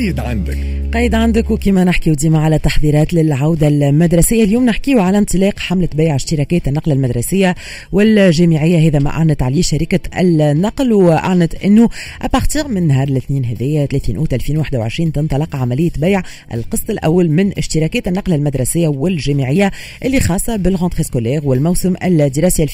قيد عندك. قيد عندك. وكما نحكي وديما على تحضيرات للعودة المدرسية، اليوم نحكي على انطلاق حملة بيع اشتراكات النقل المدرسية والجامعية. هذا ما أعلنت عليه شركة النقل، وأعلنت أنه أبارتيغ من نهار الاثنين هذايا 30 أوت 2021 تنطلق عملية بيع القسط الأول من اشتراكات النقل المدرسية والجامعية اللي خاصة بالغونتري سكولير والموسم الدراسي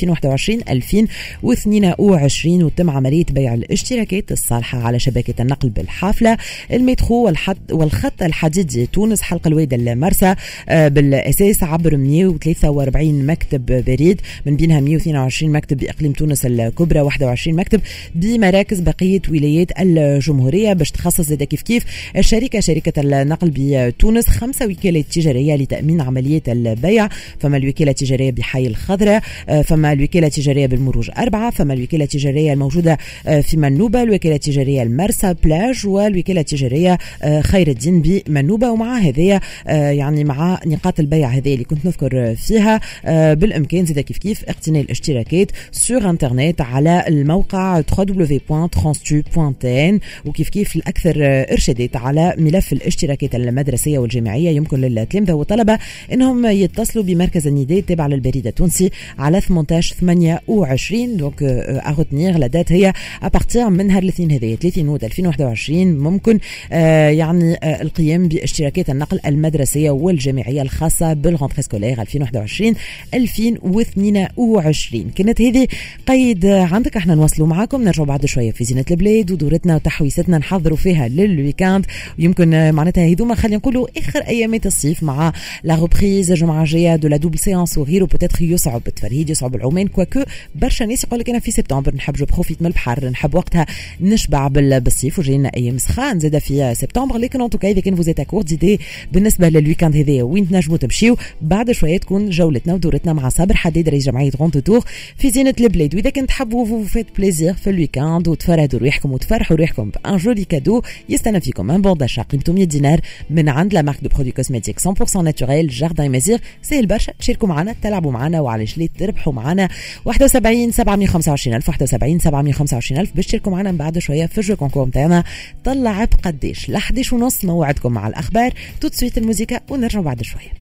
2021-2022. وتم عملية بيع الاشتراكات الصالحة على شبكة النقل بالحافلة، المترو والخط الحديدي تونس، حلقة الويدة المرسى بالأساس عبر 143 مكتب بريد، من بينها 122 مكتب بإقليم تونس الكبرى، 21 مكتب بمراكز بقية ولايات الجمهورية. باش تخصص زي كيف شركة النقل بتونس 5 وكالات تجارية لتأمين عملية البيع. فما الوكالة التجارية بحي الخضراء، فما الوكالة التجارية بالمروج 4، فما الوكالة التجارية الموجودة في منوبة، الوكالة التجارية المرسى بلاج، والوكالة التجارية خير الدين بمنوبة. ومع هذه يعني مع نقاط البيع هذه اللي كنت نذكر فيها، بالإمكان زي كيف اقتناء الاشتراكات سور انترنت على الموقع www.transtu.tn. وكيف الأكثر إرشادات على ملف الاشتراكات المدرسية والجامعية يمكن للتلامذة والطلبة إنهم يتصلوا بمركز النداء تابع للبريد التونسي على 1828. دونك أغتنيغ لدات هي أبارتيغ من نهار الاثنين هذه 30 أوت 2021 ممكن يعني القيام باشتراكات النقل المدرسية والجامعية الخاصة بالغونتري سكولير 2021-2022. كانت هذه قيد عندك. احنا نواصلوا معاكم، نرجعوا بعد شوية في زينة البلاد ودورتنا وتحويستنا نحضروا فيها للويكاند. ويمكن معناتها هذوما خلينا نقولوا اخر ايامات الصيف مع لا ريبريز الجمعة الجاية دو لا دوبل سيانس وغيره. بوتيتر يصعب التفرهيد، يصعب العومان، كواكو برشا ناس يقول لك انا في سبتمبر نحب جو بروفيت من البحر، نحب وقتها نشبع بالصيف وجاينا ايام سخان زاده في سبتمبر. لكن ان توكا اذا كان فوزيت اكورد ديدي بالنسبه للويكاند هذايا وين تنجموا تمشيو بعد شويه تكون جولتنا ودورتنا مع صابر حديد رئيس جمعيه غونت تور في زينه البلاد. واذا كنت تحبوا فيت بليزير في الويكاند وتفرهدوا روحكم وتفرحوا روحكم بان جولي كادو يستنى فيكم ان بون داشا قيمته 100 دينار من عند لا مارك دو برودوي كوزميتيك 100% ناتوريل جاردان مازيغ. سهل برشا تشاركوا معنا، تلعبوا معنا، وعلاش ليه تربحوا معنا 71 725 71 725 باش تشاركوا معنا من بعد شويه في الجو كونكور نتاعنا. طلع قديش ل11:30 موعدكم مع الأخبار، توت سويت الموسيقى ونرجع بعد شوية.